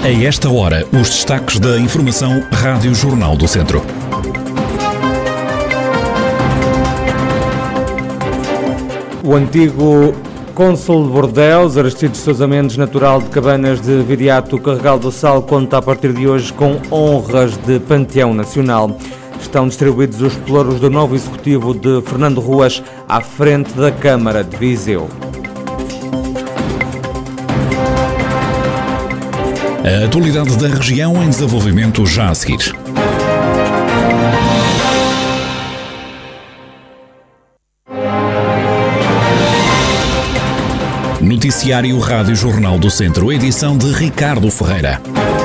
A esta hora, os destaques da Informação Rádio Jornal do Centro. O antigo cônsul de Bordeaux, Aristides Sousa Mendes, natural de Cabanas de Viriato, Carregal do Sal, conta a partir de hoje com honras de Panteão Nacional. Estão distribuídos os pelouros do novo executivo de Fernando Ruas à frente da Câmara de Viseu. A atualidade da região em desenvolvimento já a seguir. Noticiário Rádio Jornal do Centro, edição de Ricardo Ferreira.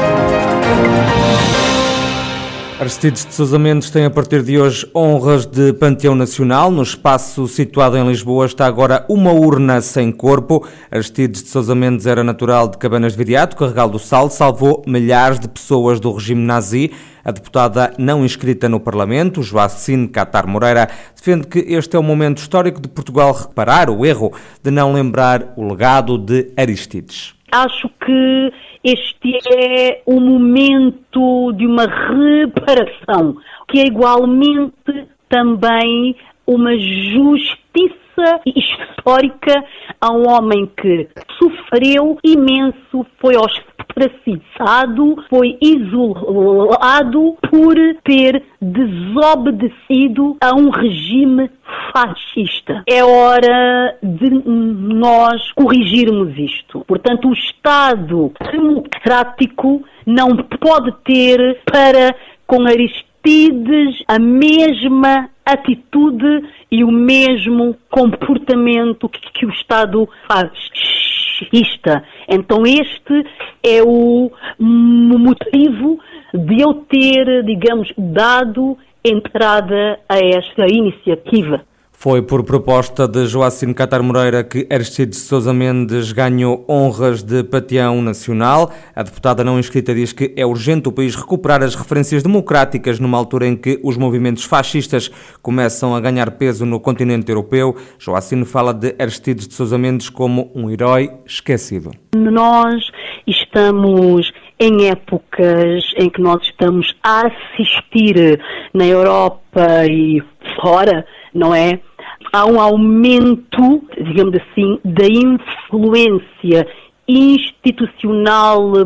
Aristides de Sousa Mendes tem a partir de hoje honras de Panteão Nacional. No espaço situado em Lisboa está agora uma urna sem corpo. Aristides de Sousa Mendes era natural de Cabanas de Viriato, Carregal do Sal, salvou milhares de pessoas do regime nazi. A deputada não inscrita no Parlamento, Joacine Catar Moreira, defende que este é o momento histórico de Portugal reparar o erro de não lembrar o legado de Aristides. Acho que este é o momento de uma reparação, que é igualmente também uma justiça histórica a um homem que sofreu imenso, foi ostracizado, foi isolado por ter desobedecido a um regime fascista. É hora de nós corrigirmos isto. Portanto, o Estado democrático não pode ter para com Aristides a mesma atitude e o mesmo comportamento que o Estado fascista. Então este é o motivo de eu ter, digamos, dado entrada a esta iniciativa. Foi por proposta de Joacine Catar Moreira que Aristides de Sousa Mendes ganhou honras de Panteão Nacional. A deputada não inscrita diz que é urgente o país recuperar as referências democráticas numa altura em que os movimentos fascistas começam a ganhar peso no continente europeu. Joacine fala de Aristides de Sousa Mendes como um herói esquecido. Nós estamos em épocas em que nós estamos a assistir na Europa e fora, não é? Há um aumento, digamos assim, da influência institucional,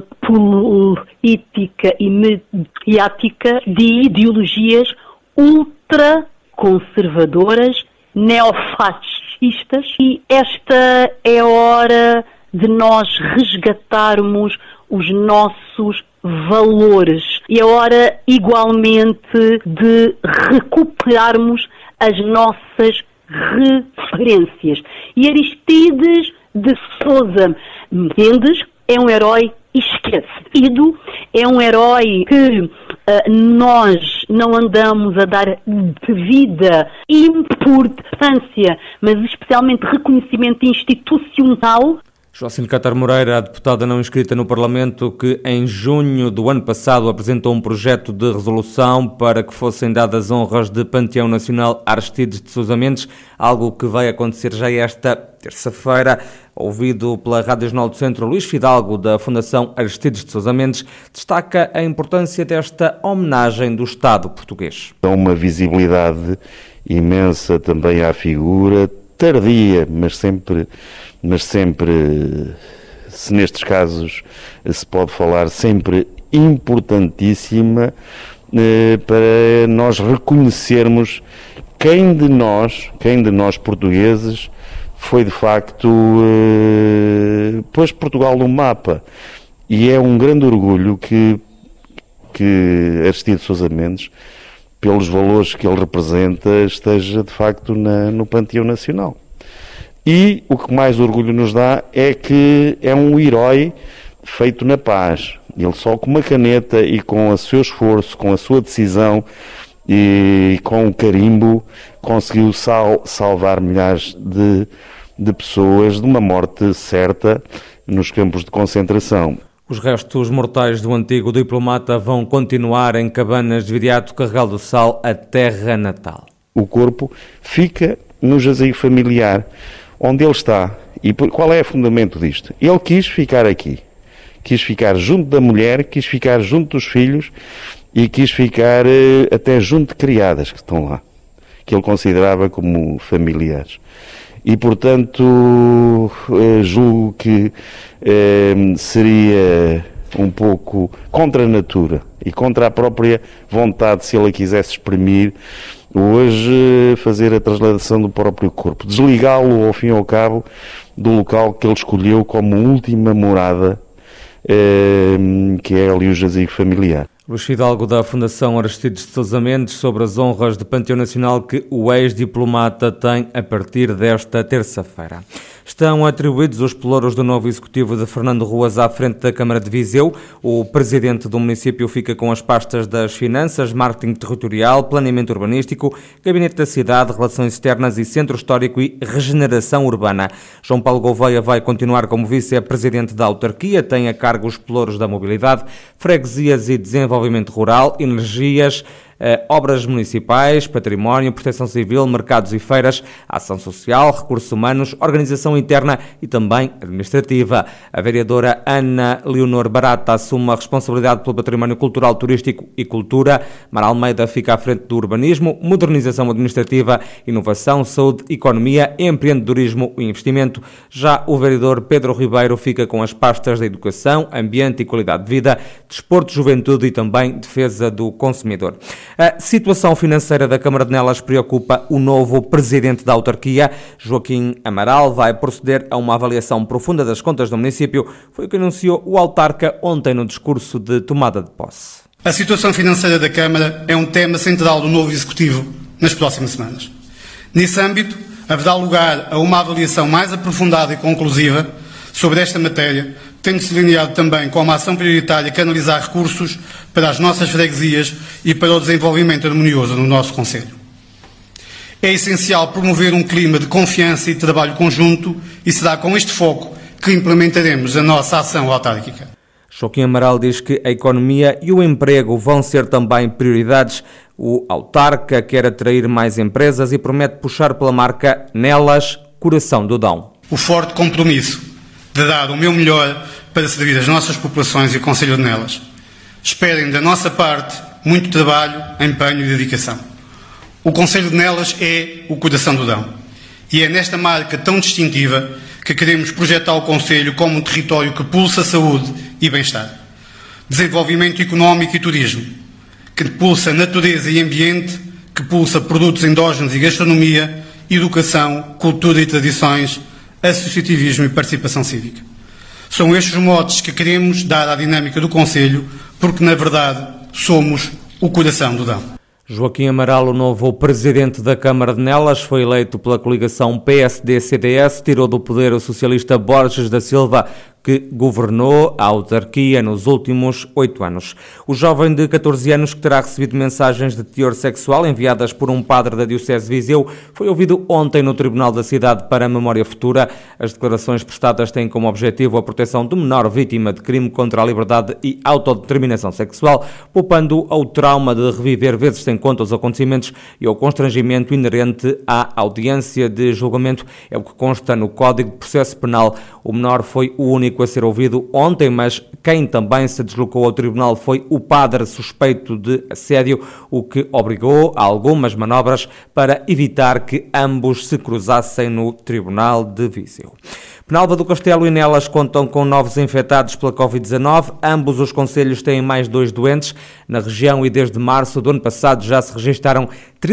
política e mediática de ideologias ultraconservadoras, neofascistas, e esta é a hora de nós resgatarmos os nossos valores e é hora igualmente de recuperarmos as nossas referências. E Aristides de Sousa Mendes é um herói esquecido, é um herói que nós não andamos a dar devida importância, mas especialmente reconhecimento institucional. Joacine Catar Moreira, a deputada não inscrita no Parlamento, que em junho do ano passado apresentou um projeto de resolução para que fossem dadas honras de Panteão Nacional a Aristides de Sousa Mendes, algo que vai acontecer já esta terça-feira. Ouvido pela Rádio Jornal do Centro, Luís Fidalgo, da Fundação Aristides de Sousa Mendes, destaca a importância desta homenagem do Estado português. Dá uma visibilidade imensa também à figura, tardia, mas sempre, se nestes casos se pode falar, sempre importantíssima para nós reconhecermos quem de nós portugueses foi de facto pôs Portugal no mapa. E é um grande orgulho que Aristides Sousa Mendes, pelos valores que ele representa, esteja de facto no Panteão Nacional. E o que mais orgulho nos dá é que é um herói feito na paz. Ele só com uma caneta e com o seu esforço, com a sua decisão e com o carimbo, conseguiu salvar milhares de pessoas de uma morte certa nos campos de concentração. Os restos mortais do antigo diplomata vão continuar em Cabanas de Viriato, Carregal do Sal, a terra natal. O corpo fica no jazigo familiar, onde ele está. E qual é o fundamento disto? Ele quis ficar aqui. quis ficar junto da mulher, quis ficar junto dos filhos e quis ficar até junto de criadas que estão lá, que ele considerava como familiares. E, portanto, julgo que seria um pouco contra a natura e contra a própria vontade, se ele a quisesse exprimir, hoje fazer a transladação do próprio corpo, desligá-lo, ao fim e ao cabo, do local que ele escolheu como última morada, que é ali o jazigo familiar. Luís Fidalgo, da Fundação Aristides de Sousa Mendes, sobre as honras de Panteão Nacional que o ex-diplomata tem a partir desta terça-feira. Estão atribuídos os pelouros do novo executivo de Fernando Ruas à frente da Câmara de Viseu. O presidente do município fica com as pastas das Finanças, Marketing Territorial, Planeamento Urbanístico, Gabinete da Cidade, Relações Externas e Centro Histórico e Regeneração Urbana. João Paulo Gouveia vai continuar como vice-presidente da autarquia, tem a cargo os pelouros da mobilidade, freguesias e desenvolvimento rural, energias, obras municipais, património, proteção civil, mercados e feiras, ação social, recursos humanos, organização interna e também administrativa. A vereadora Ana Leonor Barata assume a responsabilidade pelo património cultural, turístico e cultura. Mara Almeida fica à frente do urbanismo, modernização administrativa, inovação, saúde, economia, empreendedorismo e investimento. Já o vereador Pedro Ribeiro fica com as pastas da educação, ambiente e qualidade de vida, desporto, juventude e também defesa do consumidor. A situação financeira da Câmara de Nelas preocupa o novo presidente da autarquia. Joaquim Amaral vai proceder a uma avaliação profunda das contas do município. Foi o que anunciou o autarca ontem no discurso de tomada de posse. A situação financeira da Câmara é um tema central do novo Executivo nas próximas semanas. Nesse âmbito, haverá lugar a uma avaliação mais aprofundada e conclusiva sobre esta matéria, tendo-se delineado também como ação prioritária canalizar recursos para as nossas freguesias e para o desenvolvimento harmonioso no nosso concelho. É essencial promover um clima de confiança e de trabalho conjunto e será com este foco que implementaremos a nossa ação autárquica. Joaquim Amaral diz que a economia e o emprego vão ser também prioridades. O autarca quer atrair mais empresas e promete puxar pela marca Nelas, Coração do Dão. O forte compromisso de dar o meu melhor para servir as nossas populações e o Concelho de Nelas. Esperem da nossa parte muito trabalho, empenho e dedicação. O Concelho de Nelas é o Coração do Dão. E é nesta marca tão distintiva que queremos projetar o Concelho como um território que pulsa saúde e bem-estar, desenvolvimento económico e turismo, que pulsa natureza e ambiente, que pulsa produtos endógenos e gastronomia, educação, cultura e tradições, associativismo e participação cívica. São estes os motes que queremos dar à dinâmica do Concelho, porque, na verdade, somos o Coração do Dão. Joaquim Amaral, o novo presidente da Câmara de Nelas, foi eleito pela coligação PSD-CDS, tirou do poder o socialista Borges da Silva, que governou a autarquia nos últimos 8 anos. O jovem de 14 anos, que terá recebido mensagens de teor sexual enviadas por um padre da Diocese de Viseu, foi ouvido ontem no Tribunal da Cidade para a Memória Futura. As declarações prestadas têm como objetivo a proteção do menor vítima de crime contra a liberdade e autodeterminação sexual, poupando ao trauma de reviver vezes sem conta os acontecimentos e ao constrangimento inerente à audiência de julgamento. É o que consta no Código de Processo Penal. O menor foi o único a ser ouvido ontem, mas quem também se deslocou ao tribunal foi o padre suspeito de assédio, o que obrigou a algumas manobras para evitar que ambos se cruzassem no Tribunal de Viseu. Penalva do Castelo e Nelas contam com novos infectados pela Covid-19. Ambos os concelhos têm mais 2 doentes na região e desde março do ano passado já se registaram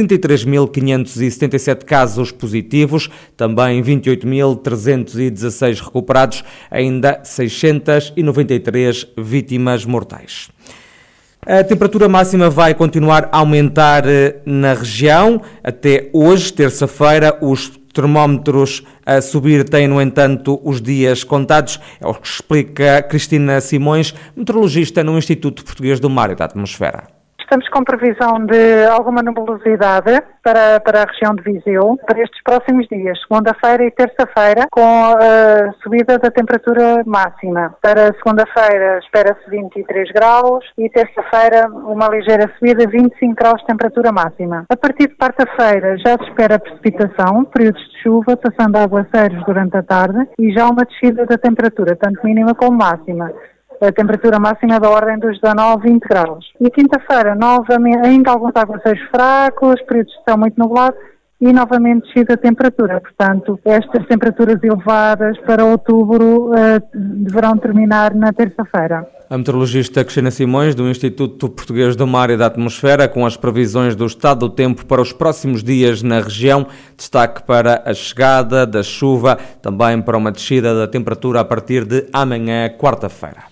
33.577 casos positivos, também 28.316 recuperados, ainda 693 vítimas mortais. A temperatura máxima vai continuar a aumentar na região. Até hoje, terça-feira, os termómetros a subir têm, no entanto, os dias contados. É o que explica Cristina Simões, meteorologista no Instituto Português do Mar e da Atmosfera. Estamos com previsão de alguma nebulosidade para a região de Viseu para estes próximos dias, segunda-feira e terça-feira, com a subida da temperatura máxima. Para segunda-feira espera-se 23 graus e terça-feira uma ligeira subida, 25 graus de temperatura máxima. A partir de quarta-feira já se espera precipitação, períodos de chuva, passando a aguaceiros durante a tarde e já uma descida da temperatura, tanto mínima como máxima. a temperatura máxima da ordem dos 19, 20 graus. E quinta-feira, novamente, ainda alguns aguaceiros fracos, períodos de céu muito nublado e novamente descida a temperatura. Portanto, estas temperaturas elevadas para outubro deverão terminar na terça-feira. A meteorologista Cristina Simões, do Instituto Português do Mar e da Atmosfera, com as previsões do estado do tempo para os próximos dias na região. Destaque para a chegada da chuva, também para uma descida da temperatura a partir de amanhã, quarta-feira.